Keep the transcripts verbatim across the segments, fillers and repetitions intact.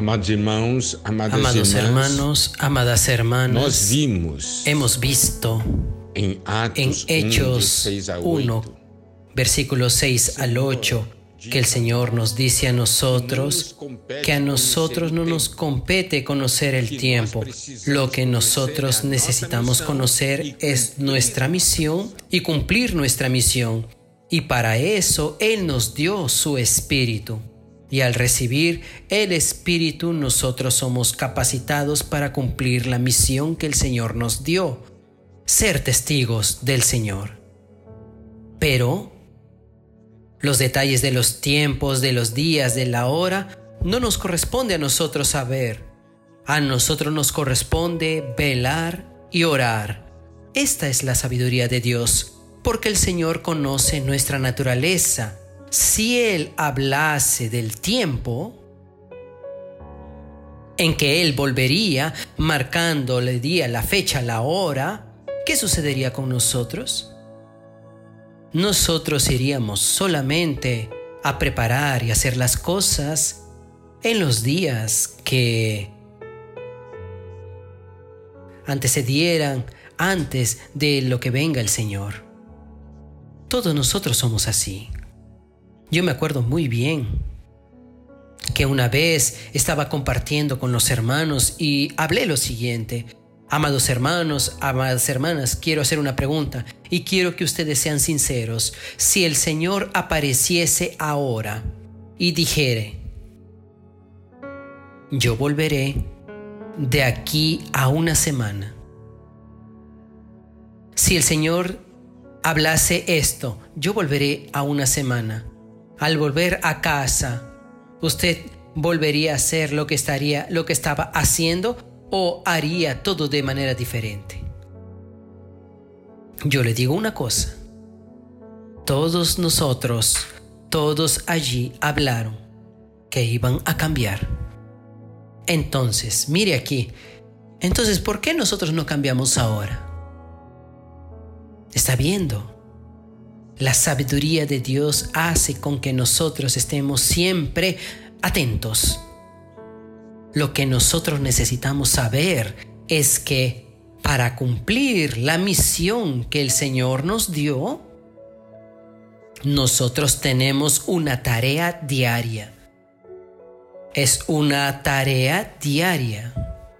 Amados irmãos, amadas Amados irmãs, hermanos, amadas hermanas, nós vimos hemos visto em en Atos um, de Hechos seis a uno, oito, versículos seis al ocho, que el Señor nos dice a nosotros que a nosotros no nos compete conocer el tiempo. Lo que nosotros necesitamos conocer es nuestra misión y cumplir nuestra misión. Y para eso Él nos dio su Espíritu. Y al recibir el Espíritu, nosotros somos capacitados para cumplir la misión que el Señor nos dio, ser testigos del Señor. Pero los detalles de los tiempos, de los días, de la hora, no nos corresponde a nosotros saber. A nosotros nos corresponde velar y orar. Esta es la sabiduría de Dios, porque el Señor conoce nuestra naturaleza. Si Él hablase del tiempo en que Él volvería, marcándole el día, la fecha, la hora, ¿qué sucedería con nosotros? Nosotros iríamos solamente a preparar y hacer las cosas en los días que antecedieran antes de lo que venga el Señor. Todos nosotros somos así. Yo me acuerdo muy bien que una vez estaba compartiendo con los hermanos y hablé lo siguiente: amados hermanos, amadas hermanas, quiero hacer una pregunta y quiero que ustedes sean sinceros. Si el Señor apareciese ahora y dijere: yo volveré de aquí a una semana. Si el Señor hablase esto: yo volveré a una semana. Al volver a casa, ¿usted volvería a hacer lo que estaría, lo que estaba haciendo, o haría todo de manera diferente? Yo le digo una cosa: todos nosotros, todos allí hablaron que iban a cambiar. Entonces, mire aquí, entonces, ¿por qué nosotros no cambiamos ahora? ¿Está viendo? La sabiduría de Dios hace con que nosotros estemos siempre atentos. Lo que nosotros necesitamos saber es que para cumplir la misión que el Señor nos dio, nosotros tenemos una tarea diaria. Es una tarea diaria.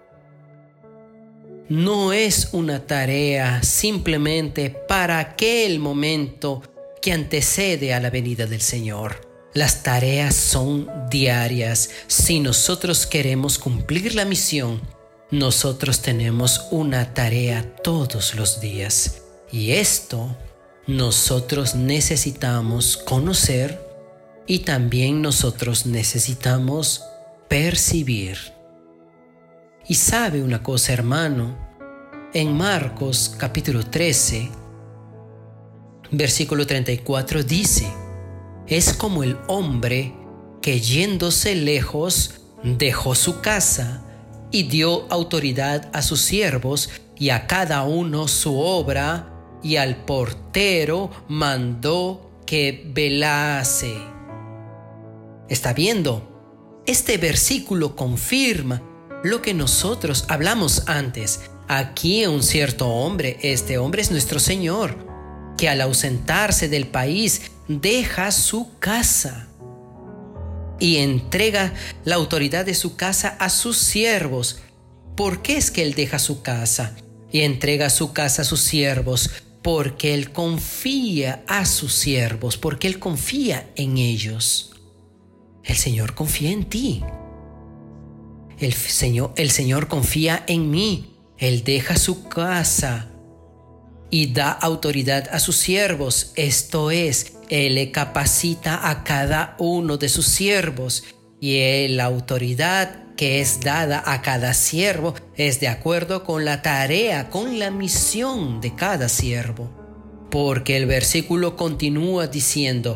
No es una tarea simplemente para aquel momento que antecede a la venida del Señor. Las tareas son diarias. Si nosotros queremos cumplir la misión, nosotros tenemos una tarea todos los días. Y esto nosotros necesitamos conocer y también nosotros necesitamos percibir. Y sabe una cosa, hermano, en Marcos capítulo trece, versículo treinta y cuatro dice: es como el hombre que yéndose lejos dejó su casa y dio autoridad a sus siervos y a cada uno su obra, y al portero mandó que velase. ¿Está viendo? Este versículo confirma lo que nosotros hablamos antes. Aquí un cierto hombre, este hombre es nuestro Señor, que al ausentarse del país deja su casa y entrega la autoridad de su casa a sus siervos. ¿Por qué es que Él deja su casa y entrega su casa a sus siervos? Porque Él confía a sus siervos, porque Él confía en ellos. El Señor confía en ti. El Señor, el Señor confía en mí. Él deja su casa y da autoridad a sus siervos. Esto es, Él le capacita a cada uno de sus siervos, y Él, la autoridad que es dada a cada siervo es de acuerdo con la tarea, con la misión de cada siervo. Porque el versículo continúa diciendo: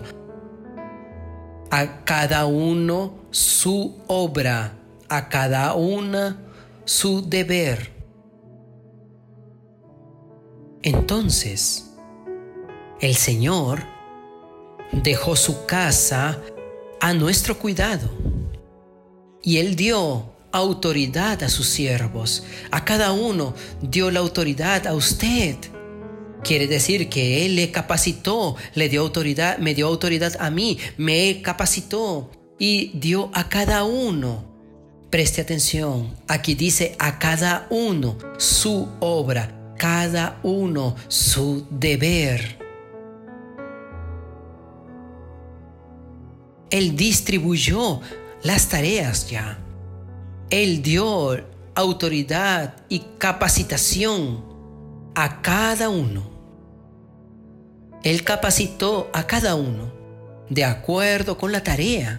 a cada uno su obra, a cada una su deber. Entonces, el Señor dejó su casa a nuestro cuidado. Y Él dio autoridad a sus siervos. A cada uno dio la autoridad a usted. Quiere decir que Él le capacitó, le dio autoridad, me dio autoridad a mí, me capacitó y dio a cada uno. Preste atención, aquí dice a cada uno su obra, cada uno su deber. Él distribuyó las tareas ya. Él dio autoridad y capacitación a cada uno. Él capacitó a cada uno de acuerdo con la tarea.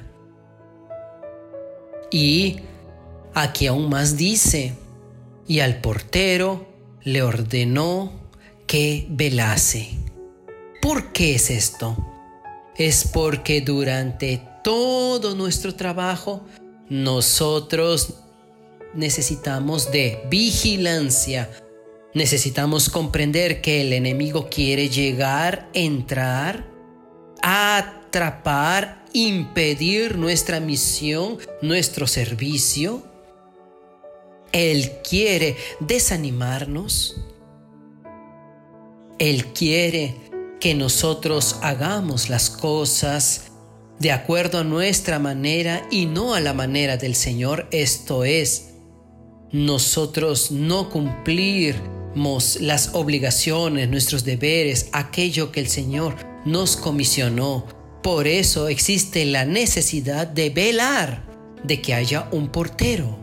Y aquí aún más dice, y al portero le ordenó que velase. ¿Por qué es esto? Es porque durante todo nuestro trabajo nosotros necesitamos de vigilancia. Necesitamos comprender que el enemigo quiere llegar, entrar, atrapar, impedir nuestra misión, nuestro servicio. Él quiere desanimarnos. Él quiere que nosotros hagamos las cosas de acuerdo a nuestra manera y no a la manera del Señor. Esto es, nosotros no cumplir las obligaciones, nuestros deberes, aquello que el Señor nos comisionó. Por eso existe la necesidad de velar, de que haya un portero.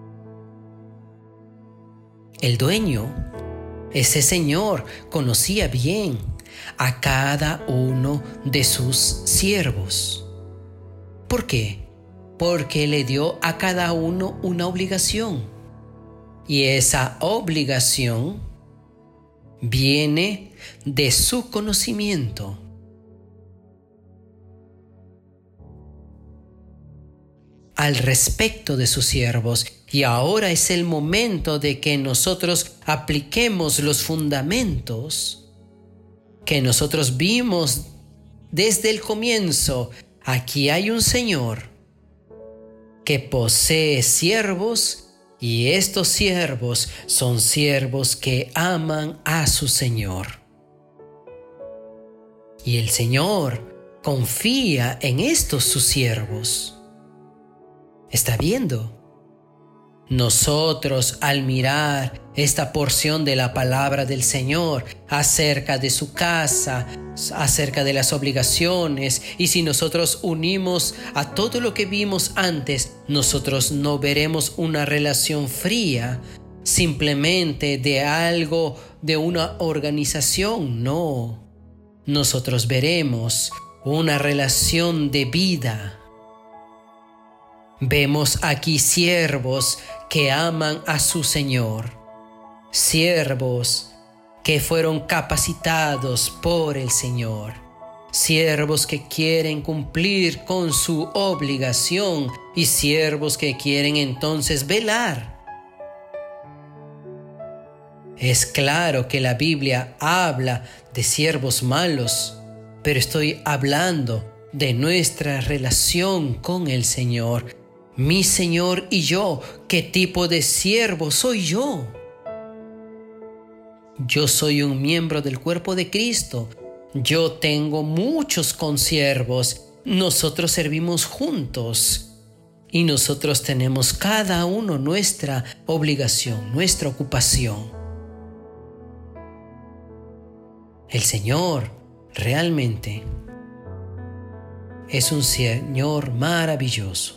El dueño, ese señor, conocía bien a cada uno de sus siervos. ¿Por qué? Porque le dio a cada uno una obligación. Y esa obligación viene de su conocimiento. Al respecto de sus siervos. Y ahora es el momento de que nosotros apliquemos los fundamentos que nosotros vimos desde el comienzo. Aquí hay un Señor que posee siervos. Y estos siervos son siervos que aman a su Señor. Y el Señor confía en estos sus siervos. ¿Está viendo? Nosotros, al mirar esta porción de la palabra del Señor acerca de su casa, acerca de las obligaciones, y si nosotros unimos a todo lo que vimos antes, nosotros no veremos una relación fría, simplemente de algo, de una organización, no. Nosotros veremos una relación de vida. Vemos aquí siervos que aman a su Señor, siervos que fueron capacitados por el Señor, siervos que quieren cumplir con su obligación y siervos que quieren entonces velar. Es claro que la Biblia habla de siervos malos, pero estoy hablando de nuestra relación con el Señor. Mi Señor y yo, ¿qué tipo de siervo soy yo? Yo soy un miembro del cuerpo de Cristo. Yo tengo muchos consiervos. Nosotros servimos juntos. Y nosotros tenemos cada uno nuestra obligación, nuestra ocupación. El Señor realmente es un Señor maravilloso.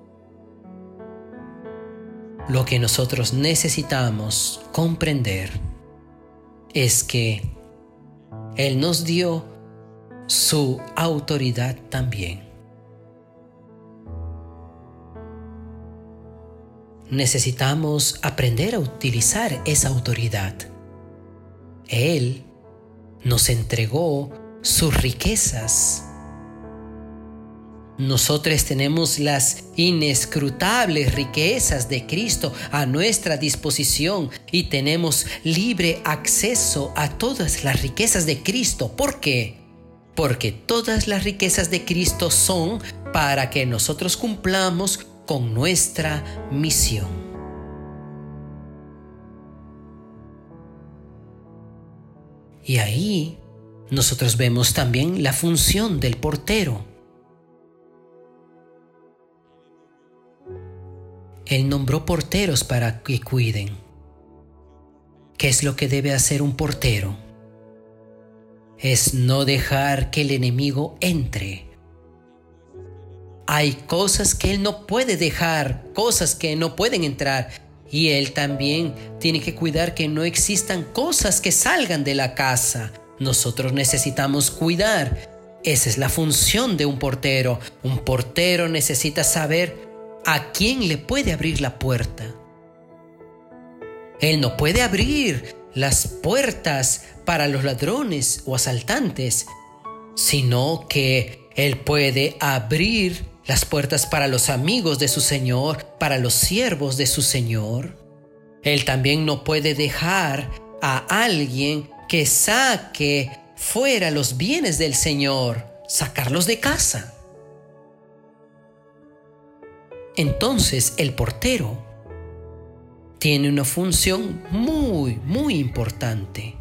Lo que nosotros necesitamos comprender es que Él nos dio su autoridad también. Necesitamos aprender a utilizar esa autoridad. Él nos entregó sus riquezas. Nosotros tenemos las inescrutables riquezas de Cristo a nuestra disposición y tenemos libre acceso a todas las riquezas de Cristo. ¿Por qué? Porque todas las riquezas de Cristo son para que nosotros cumplamos con nuestra misión. Y ahí nosotros vemos también la función del portero. Él nombró porteros para que cuiden. ¿Qué es lo que debe hacer un portero? Es no dejar que el enemigo entre. Hay cosas que él no puede dejar, cosas que no pueden entrar. Y él también tiene que cuidar que no existan cosas que salgan de la casa. Nosotros necesitamos cuidar. Esa es la función de un portero. Un portero necesita saber a quién le puede abrir la puerta. Él no puede abrir las puertas para los ladrones o asaltantes, sino que él puede abrir las puertas para los amigos de su Señor, para los siervos de su Señor. Él también no puede dejar a alguien que saque fuera los bienes del Señor, sacarlos de casa. Entonces el portero tiene una función muy, muy importante.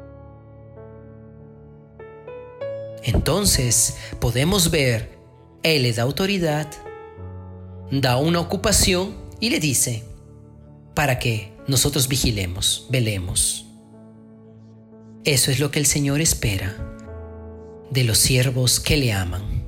Entonces podemos ver, él le da autoridad, da una ocupación y le dice para que nosotros vigilemos, velemos. Eso es lo que el Señor espera de los siervos que le aman.